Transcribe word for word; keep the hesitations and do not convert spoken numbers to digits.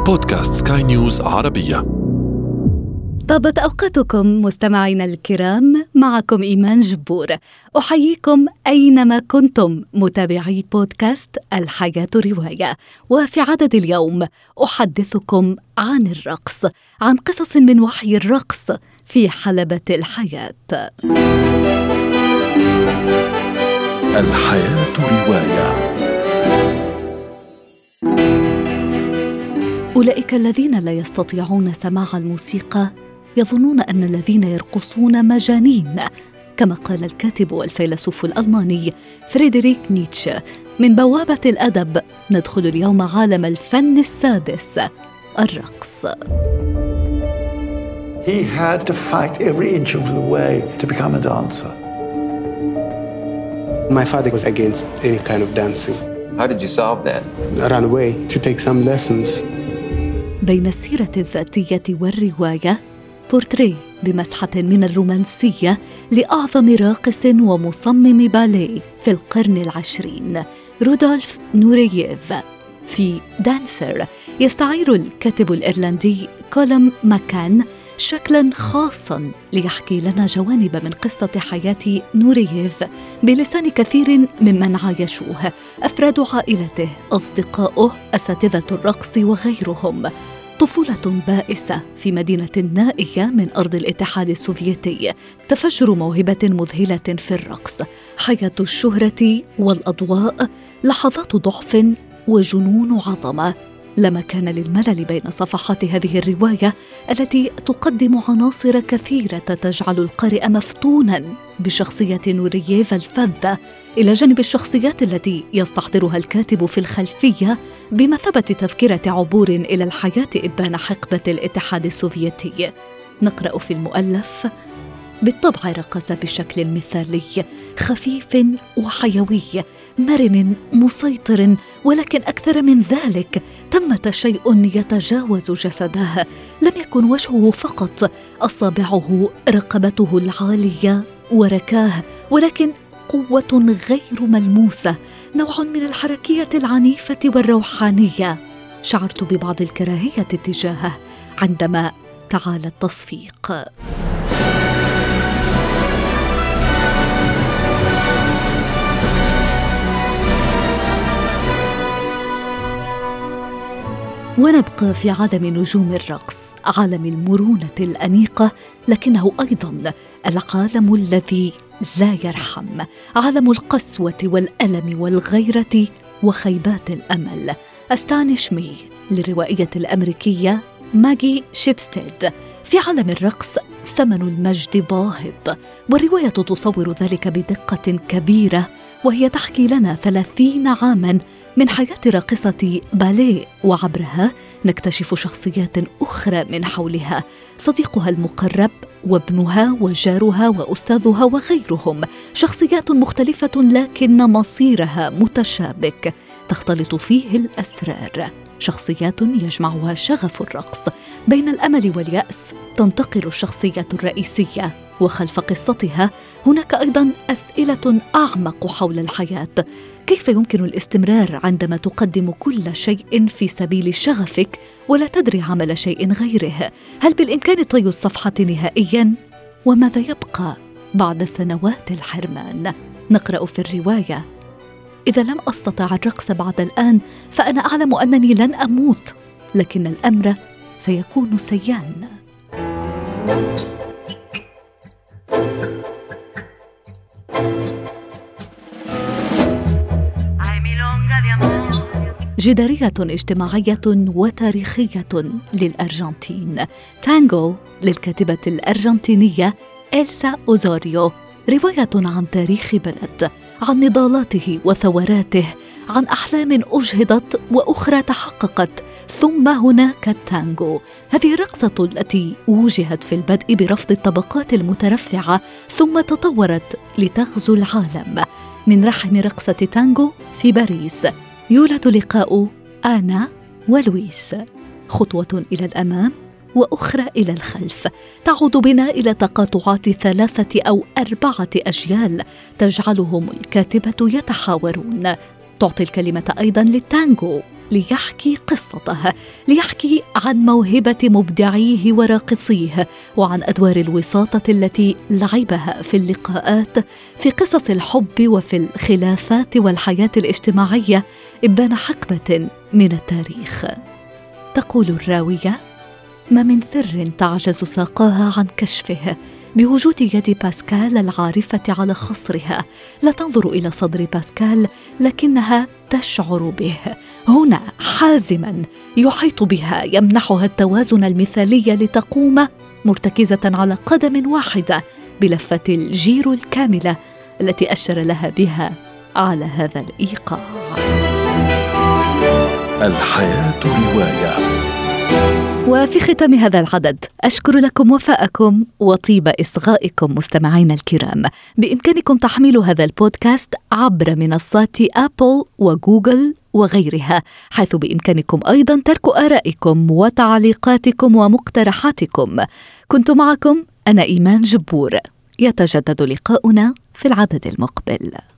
بودكاست سكاي نيوز عربية. طابت أوقاتكم مستمعينا الكرام، معكم إيمان جبور. أحييكم أينما كنتم متابعي بودكاست الحياة رواية. وفي عدد اليوم أحدثكم عن الرقص، عن قصص من وحي الرقص في حلبة الحياة. الحياة رواية. أولئك الذين لا يستطيعون سماع الموسيقى يظنون أن الذين يرقصون مجانين، كما قال الكاتب والفيلسوف الألماني فريدريك نيتشه. من بوابة الأدب ندخل اليوم عالم الفن السادس، الرقص. He had to fight every inch of the way to become a dancer. My father was against any kind of dancing. How did you solve that? I ran away to take some lessons. بين السيرة الذاتية والرواية، بورتريه بمسحة من الرومانسية لأعظم راقص ومصمم باليه في القرن العشرين، رودولف نورييف. في دانسر يستعير الكاتب الإيرلندي كولم ماكان شكلاً خاصاً ليحكي لنا جوانب من قصة حياة نورييف بلسان كثير ممن عايشوه، أفراد عائلته، أصدقائه، أساتذة الرقص وغيرهم. طفولة بائسة في مدينة نائية من أرض الاتحاد السوفيتي، تفجر موهبة مذهلة في الرقص، حياة الشهرة والأضواء، لحظات ضعف وجنون عظمة. لا مكان للملل بين صفحات هذه الرواية التي تقدم عناصر كثيرة تجعل القارئ مفتوناً بشخصية نورييف الفذة، إلى جانب الشخصيات التي يستحضرها الكاتب في الخلفية بمثابة تذكرة عبور إلى الحياة إبان حقبة الاتحاد السوفيتي. نقرأ في المؤلف: بالطبع رقص بشكل مثالي، خفيف وحيوي، مرن مسيطر، ولكن أكثر من ذلك ثمة شيء يتجاوز جسده. لم يكن وجهه فقط، أصابعه، رقبته العالية وركاه، ولكن قوة غير ملموسة، نوع من الحركية العنيفة والروحانية. شعرت ببعض الكراهية تجاهه عندما تعالى التصفيق. ونبقى في عالم نجوم الرقص، عالم المرونة الأنيقة، لكنه أيضاً العالم الذي لا يرحم، عالم القسوة والألم والغيرة وخيبات الأمل. أستانش مي للروائية الأمريكية ماجي شيبستيد. في عالم الرقص ثمن المجد باهظ، والرواية تصور ذلك بدقة كبيرة، وهي تحكي لنا ثلاثين عاماً من حياة راقصة باليه، وعبرها نكتشف شخصيات أخرى من حولها، صديقها المقرب وابنها وجارها وأستاذها وغيرهم، شخصيات مختلفة لكن مصيرها متشابك، تختلط فيه الأسرار، شخصيات يجمعها شغف الرقص. بين الأمل واليأس تنتقل الشخصية الرئيسية، وخلف قصتها هناك أيضاً أسئلة أعمق حول الحياة. كيف يمكن الاستمرار عندما تقدم كل شيء في سبيل شغفك ولا تدري عمل شيء غيره؟ هل بالإمكان طي الصفحة نهائياً؟ وماذا يبقى بعد سنوات الحرمان؟ نقرأ في الرواية: إذا لم أستطع الرقص بعد الآن فأنا أعلم أنني لن أموت، لكن الأمر سيكون سيان. جدارية اجتماعية وتاريخية للأرجنتين، تانغو للكاتبة الأرجنتينية إلسا أوزوريو، رواية عن تاريخ بلد، عن نضالاته وثوراته، عن أحلام أجهضت وأخرى تحققت، ثم هناك التانغو. هذه الرقصة التي وجهت في البدء برفض الطبقات المترفعة ثم تطورت لتغزو العالم. من رحم رقصة تانغو في باريس يولد لقاء آنا ولويس، خطوة إلى الأمام وأخرى إلى الخلف، تعود بنا إلى تقاطعات ثلاثة أو أربعة أجيال تجعلهم الكاتبة يتحاورون. تعطي الكلمة أيضاً للتانغو ليحكي قصته، ليحكي عن موهبة مبدعيه وراقصيه، وعن أدوار الوساطة التي لعبها في اللقاءات، في قصص الحب وفي الخلافات والحياة الاجتماعية، إبان حقبة من التاريخ. تقول الراوية: ما من سر تعجز ساقاها عن كشفه بوجود يد باسكال العارفة على خصرها. لا تنظر إلى صدر باسكال لكنها تشعر به هنا حازماً يحيط بها، يمنحها التوازن المثالي لتقوم مرتكزة على قدم واحدة بلفة الجيرو الكاملة التي أشر لها بها على هذا الإيقاع. الحياة رواية. وفي ختام هذا العدد أشكر لكم وفاءكم وطيب إصغائكم مستمعين الكرام. بإمكانكم تحميل هذا البودكاست عبر منصات أبل وجوجل وغيرها، حيث بإمكانكم أيضا ترك آرائكم وتعليقاتكم ومقترحاتكم. كنت معكم أنا إيمان جبور. يتجدد لقاؤنا في العدد المقبل.